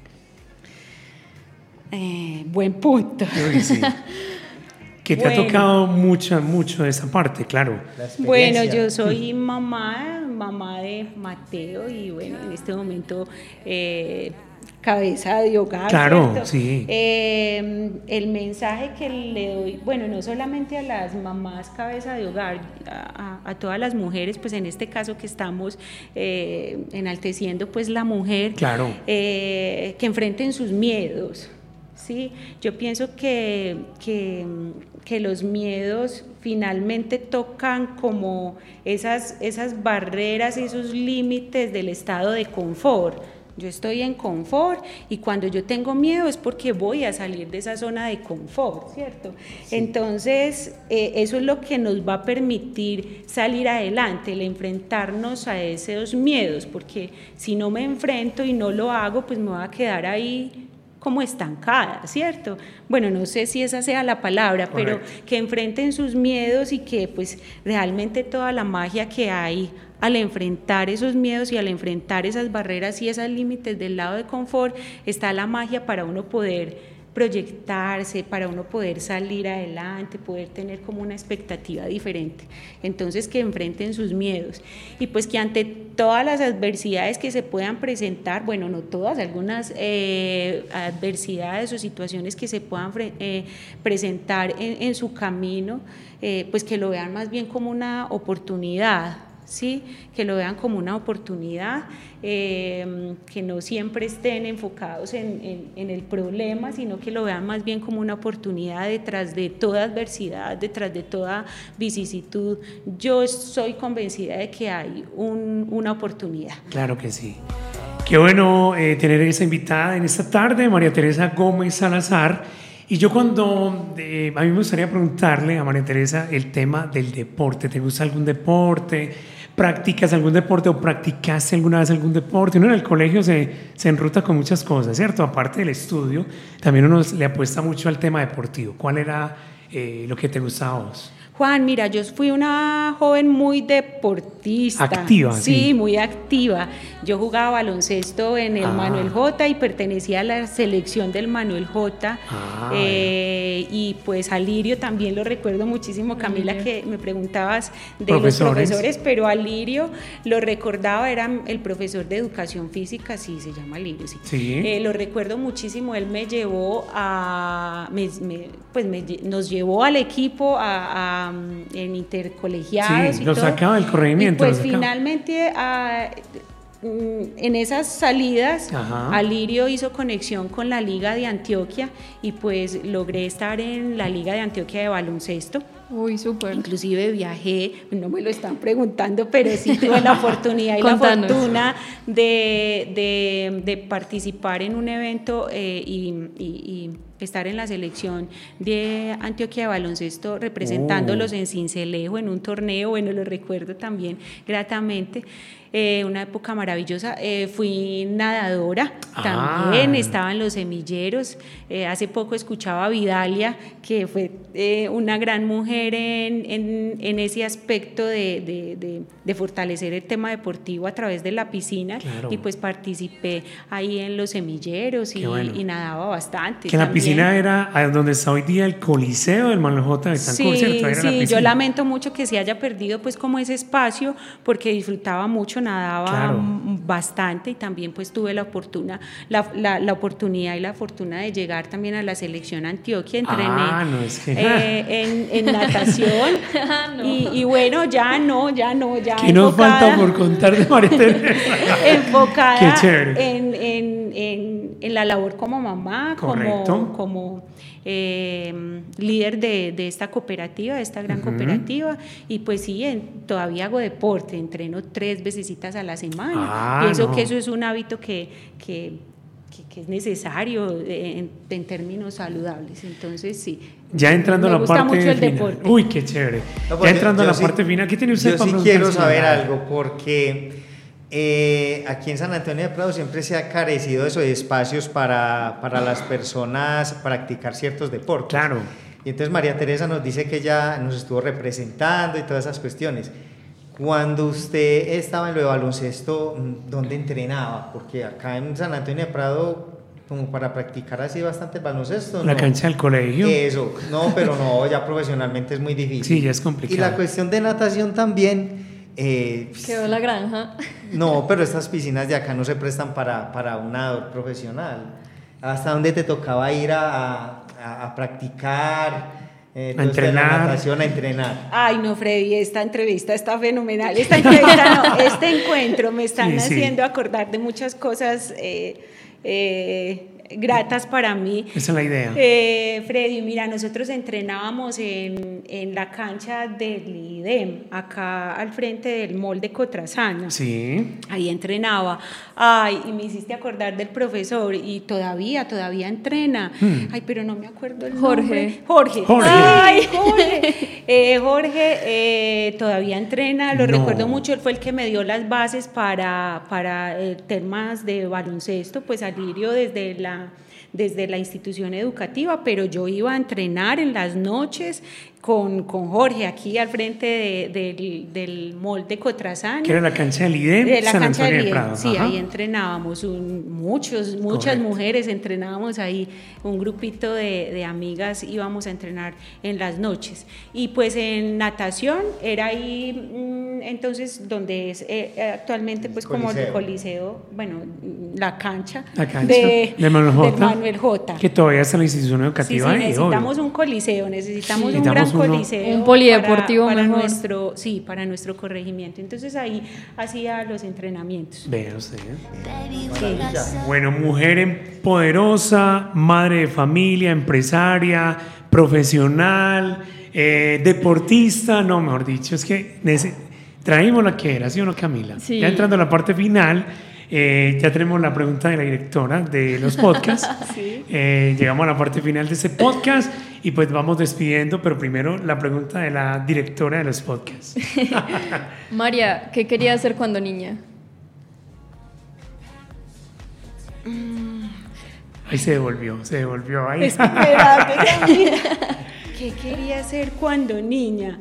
Eh, buen punto. Sí. Que te bueno. ha tocado mucho, mucho de esa parte, claro. Bueno, yo soy mamá, mamá de Mateo y bueno, en este momento eh, cabeza de hogar. Claro, ¿cierto? Sí. Eh, el mensaje que le doy, bueno, no solamente a las mamás cabeza de hogar, a, a, a todas las mujeres, pues en este caso que estamos eh, enalteciendo pues la mujer, claro. eh, que enfrenten sus miedos. Sí, yo pienso que, que, que los miedos finalmente tocan como esas, esas barreras, esos límites del estado de confort. Yo estoy en confort y cuando yo tengo miedo es porque voy a salir de esa zona de confort, ¿cierto? Sí. Entonces, eh, eso es lo que nos va a permitir salir adelante, el enfrentarnos a esos miedos, porque si no me enfrento y no lo hago, pues me voy a quedar ahí como estancada, ¿cierto? Bueno, no sé si esa sea la palabra, correcto, pero que enfrenten sus miedos y que pues realmente toda la magia que hay al enfrentar esos miedos y al enfrentar esas barreras y esos límites del lado de confort, está la magia para uno poder proyectarse, para uno poder salir adelante, poder tener como una expectativa diferente. Entonces, que enfrenten sus miedos y pues que ante todas las adversidades que se puedan presentar, bueno, no todas, algunas eh, adversidades o situaciones que se puedan eh, presentar en, en su camino, eh, pues que lo vean más bien como una oportunidad. Sí, que lo vean como una oportunidad, eh, que no siempre estén enfocados en, en, en el problema, sino que lo vean más bien como una oportunidad detrás de toda adversidad, detrás de toda vicisitud. Yo soy convencida de que hay un, una oportunidad. Claro que sí. Qué bueno eh, tener esa invitada en esta tarde, María Teresa Gómez Salazar. Y yo cuando, eh, a mí me gustaría preguntarle a María Teresa el tema del deporte. ¿Te gusta algún deporte? ¿Practicas algún deporte o practicaste alguna vez algún deporte? Uno en el colegio se, se enruta con muchas cosas, ¿cierto? Aparte del estudio, también uno le apuesta mucho al tema deportivo. ¿Cuál era eh, lo que te gustaba a vos? Juan, mira, yo fui una joven muy deportista. Activa, sí. Sí, muy activa. Yo jugaba baloncesto en el ah. Manuel J. y pertenecía a la selección del Manuel J. Ah, eh, y pues a Lirio también lo recuerdo muchísimo, Camila, bien, que me preguntabas de profesores. los profesores, pero a Lirio lo recordaba, era el profesor de educación física, sí, se llama Lirio, sí. sí. Eh, lo recuerdo muchísimo, él me llevó a, me, me, pues me, nos llevó al equipo a, a en intercolegiados. Sí, y lo todo. sacaba del corregimiento. Y pues finalmente a, en esas salidas, Ajá. Alirio hizo conexión con la Liga de Antioquia y pues logré estar en la Liga de Antioquia de baloncesto. Uy, súper. Inclusive viajé, no me lo están preguntando, pero sí tuve la oportunidad y la fortuna de, de, de participar en un evento eh, y, y, y estar en la selección de Antioquia de baloncesto representándolos oh. en Sincelejo en un torneo, bueno, lo recuerdo también gratamente. Eh, una época maravillosa. Eh, fui nadadora ah. también, estaba en los semilleros. Eh, hace poco escuchaba a Vidalia, que fue eh, una gran mujer en, en, en ese aspecto de, de, de, de fortalecer el tema deportivo a través de la piscina, claro. y pues participé ahí en los semilleros y, bueno. y nadaba bastante. Que también. La piscina era donde está hoy día el Coliseo del Manuel J. de Betancur, sí, ¿cierto? Era sí, yo lamento mucho que se haya perdido pues como ese espacio, porque disfrutaba mucho, nadaba claro. bastante y también pues tuve la oportunidad, la, la, la oportunidad y la fortuna de llegar también a la selección Antioquia, entrené ah, no, es que... eh, en, en natación no. y, y bueno, ya no, ya no, ya ¿Qué nos falta por contar de María Teresa? enfocada en, en, en, en la labor como mamá, Correcto. como, como eh, líder de, de esta cooperativa, de esta gran uh-huh. cooperativa, y pues sí, en, todavía hago deporte, entreno tres vecesitas a la semana, ah, pienso no. que eso es un hábito que, que, que, que es necesario en, en términos saludables, entonces sí. Ya entrando a la parte mucho el final. Deporte. Uy, qué chévere. No, ya entrando yo, a la yo parte sí, final, ¿qué tiene usted yo para sí preguntar? quiero saber algo, porque eh, aquí en San Antonio de Prado siempre se ha carecido eso de espacios para, para las personas practicar ciertos deportes. Claro. Y entonces María Teresa nos dice que ella nos estuvo representando y todas esas cuestiones. Cuando usted estaba en lo de baloncesto, ¿dónde entrenaba? Porque acá en San Antonio de Prado, como para practicar así bastante baloncesto, la no. cancha del colegio. Eso, no, pero no, ya profesionalmente es muy difícil. Sí, ya es complicado. Y la cuestión de natación también. Eh, Quedó la granja. No, pero estas piscinas de acá no se prestan para, para un nadador profesional. ¿Hasta dónde te tocaba ir a, a, a practicar? Eh, a entrenar. La natación, a entrenar. Ay, no, Freddy, esta entrevista está fenomenal. Esta entrevista, no, este encuentro me están sí, haciendo sí. acordar de muchas cosas eh, eh, gratas para mí. Esa es la idea. Eh, Freddy, mira, nosotros entrenábamos en, en la cancha del I D E M, acá al frente del mall de Cotrasana. Sí. Ahí entrenaba. Ay, y me hiciste acordar del profesor, y todavía, todavía entrena. Hmm. Ay, pero no me acuerdo el Jorge. nombre. Jorge. Jorge. Ay, Jorge. eh, Jorge eh, todavía entrena, lo no. recuerdo mucho, él fue el que me dio las bases para, para eh, temas de baloncesto, pues Alirio desde la desde la institución educativa, pero yo iba a entrenar en las noches con, con Jorge aquí al frente de, de, del mall de Cotrasana. Que era la cancha del I D E M, de la San cancha Antonio del de Prado. Sí, Ajá. ahí entrenábamos, un, muchos, muchas Correcto. Mujeres entrenábamos ahí, un grupito de, de amigas íbamos a entrenar en las noches. Y pues en natación era ahí, mmm, entonces, donde es eh, actualmente pues como el Coliseo, bueno, la cancha, la cancha de, de Manuel J. de Manuel J. Que todavía está en la institución educativa. Sí, sí, ahí, necesitamos obvio. un coliseo, necesitamos sí, un gran uno, coliseo. Un polideportivo para, para mejor. nuestro, sí, para nuestro corregimiento. Entonces ahí hacía los entrenamientos. Vea usted. Sí. Bueno, mujer poderosa, madre de familia, empresaria, profesional, eh, deportista, no, mejor dicho, es que traímos la que era, ¿sí o no, Camila? Sí. Ya entrando a la parte final, eh, ya tenemos la pregunta de la directora de los podcasts. Sí. eh, llegamos a la parte final de este podcast y pues vamos despidiendo, pero primero la pregunta de la directora de los podcasts. María, ¿qué quería hacer cuando niña? Ahí se devolvió, se devolvió. Ahí. Espérate, Camila. ¿Qué quería hacer cuando niña?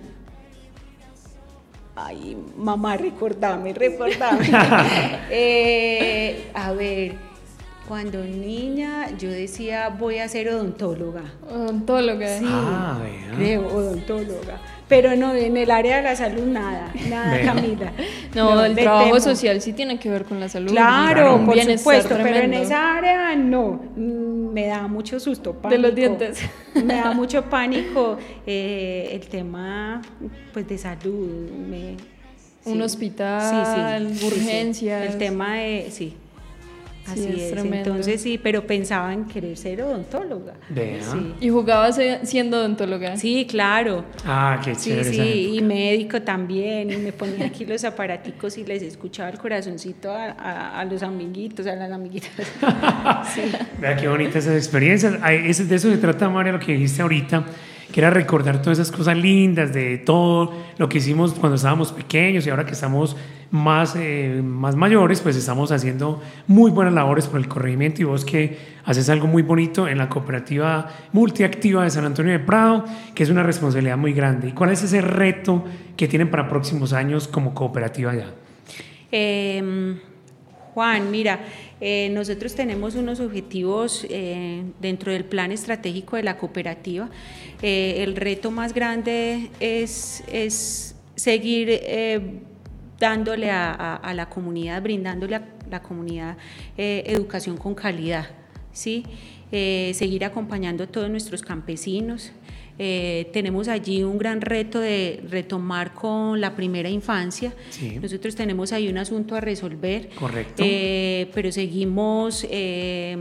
Ay, mamá, recordame, recordame. eh, a ver, cuando niña yo decía voy a ser odontóloga. Odontóloga. Sí, ah, creo, odontóloga. Pero no, en el área de la salud nada, nada, Ven. Camila. No, no el trabajo temo. social sí tiene que ver con la salud. Claro, por supuesto, tremendo. Pero en esa área no, me da mucho susto, pánico. De los dientes. Me da mucho pánico eh, el tema pues de salud. Me, Un sí. hospital, sí, sí, urgencias. Sí, sí. El tema de, sí. Así sí, es, es, es. Entonces sí, pero pensaba en querer ser odontóloga. Vea. Sí. ¿Y jugabas siendo odontóloga? Sí, claro. Ah, qué chévere. Sí, sí, y médico también, y me ponía aquí los aparaticos y les escuchaba el corazoncito a, a, a los amiguitos, a las amiguitas. Sí. Vea qué bonitas esas experiencias. De eso se trata, María, lo que dijiste ahorita, que era recordar todas esas cosas lindas de todo lo que hicimos cuando estábamos pequeños y ahora que estamos más, eh, más mayores, pues estamos haciendo muy buenas labores por el corregimiento, y vos que haces algo muy bonito en la cooperativa multiactiva de San Antonio de Prado, que es una responsabilidad muy grande. ¿Y cuál es ese reto que tienen para próximos años como cooperativa ya? Eh, Juan, mira, eh, nosotros tenemos unos objetivos eh, dentro del plan estratégico de la cooperativa. Eh, el reto más grande es, es seguir eh, dándole a, a, a la comunidad, brindándole a la comunidad eh, educación con calidad, ¿sí? Eh, seguir acompañando a todos nuestros campesinos, Eh, tenemos allí un gran reto de retomar con la primera infancia. Sí. Nosotros tenemos ahí un asunto a resolver. Correcto. Eh, pero seguimos eh,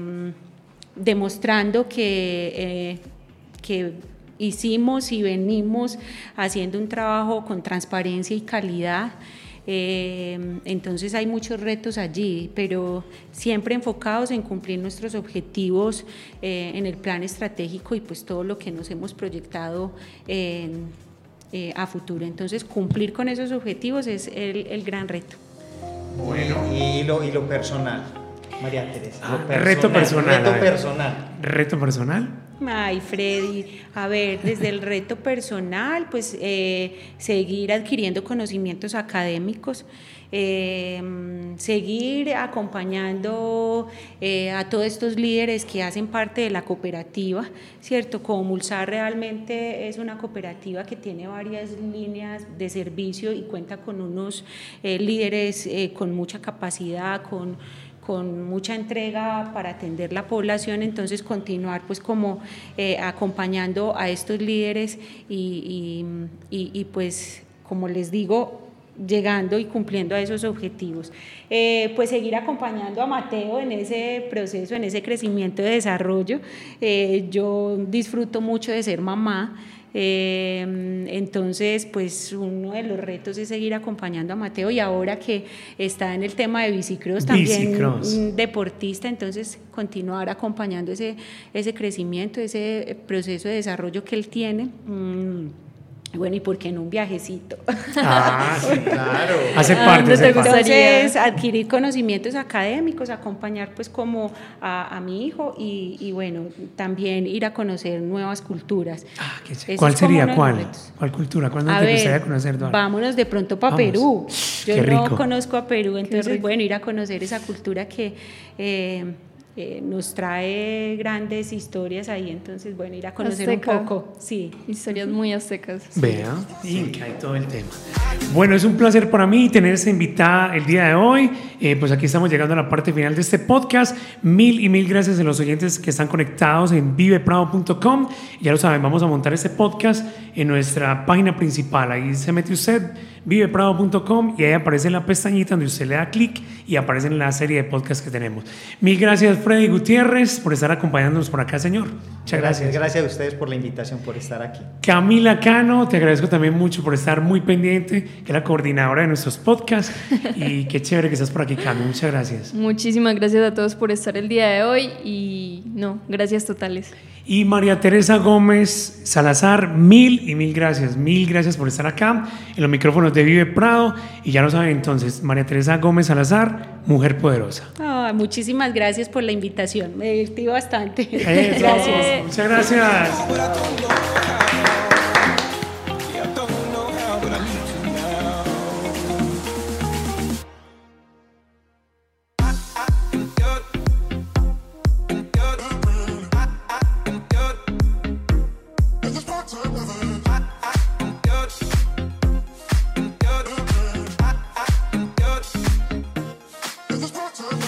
demostrando que, eh, que hicimos y venimos haciendo un trabajo con transparencia y calidad. Eh, entonces hay muchos retos allí, pero siempre enfocados en cumplir nuestros objetivos eh, en el plan estratégico y pues todo lo que nos hemos proyectado eh, eh, a futuro. Entonces cumplir con esos objetivos es el, el gran reto. Bueno, y, y, lo, y lo personal, María Teresa. Ah, lo personal, reto personal. Reto personal. Reto personal. Ay, Freddy, a ver, desde el reto personal, pues eh, seguir adquiriendo conocimientos académicos, eh, seguir acompañando eh, a todos estos líderes que hacen parte de la cooperativa, ¿cierto? Comulsar realmente es una cooperativa que tiene varias líneas de servicio y cuenta con unos eh, líderes eh, con mucha capacidad, con con mucha entrega para atender la población, entonces continuar pues como eh, acompañando a estos líderes y, y, y, y pues como les digo, llegando y cumpliendo a esos objetivos. Eh, pues seguir acompañando a Mateo en ese proceso, en ese crecimiento de desarrollo. Eh, yo disfruto mucho de ser mamá. Eh, entonces, pues uno de los retos es seguir acompañando a Mateo y ahora que está en el tema de bicicross, también Bicicross. un deportista, entonces continuar acompañando ese, ese crecimiento, ese proceso de desarrollo que él tiene. Mm. Bueno, ¿y por qué no un viajecito? Ah, sí, Claro. Hace ¿A parte, dónde hace te parte. gustaría? Entonces, adquirir conocimientos académicos, acompañar pues como a, a mi hijo y, y bueno, también ir a conocer nuevas culturas. Ah, qué chévere. Eso ¿Cuál es como sería? uno de los ¿Cuál? retos. ¿Cuál cultura? ¿Cuándo A te ver, gustaría conocer, Eduardo? vámonos de pronto para Vamos. Perú. Yo Qué no rico. conozco a Perú, entonces rico. bueno, ir a conocer esa cultura que eh, eh, nos trae grandes historias ahí, entonces bueno, ir a conocer Azteca. un poco, sí. Historias muy aztecas. Vea, Inca y todo el tema. Bueno, es un placer para mí tener esta invitada el día de hoy. Eh, pues aquí estamos llegando a la parte final de este podcast. Mil y mil gracias a los oyentes que están conectados en vive prado punto com. Ya lo saben, vamos a montar este podcast en nuestra página principal. Ahí se mete usted, vive prado punto com, y ahí aparece la pestañita donde usted le da clic y aparece en la serie de podcasts que tenemos. Mil gracias, Freddy Gutiérrez, por estar acompañándonos por acá, señor. Muchas gracias. Gracias a ustedes por la invitación, por estar aquí. Camila Cano, te agradezco también mucho por estar muy pendiente, que es la coordinadora de nuestros podcasts. Y qué chévere que estás por aquí, Cami. Muchas gracias. Muchísimas gracias a todos por estar el día de hoy y no, gracias totales. Y María Teresa Gómez Salazar, mil y mil gracias. Mil gracias por estar acá en los micrófonos de Vive Prado. Y ya lo saben entonces, María Teresa Gómez Salazar, mujer poderosa. Ah, muchísimas gracias por la invitación, me divertí bastante. Eso, Gracias. muchas gracias. It's part time.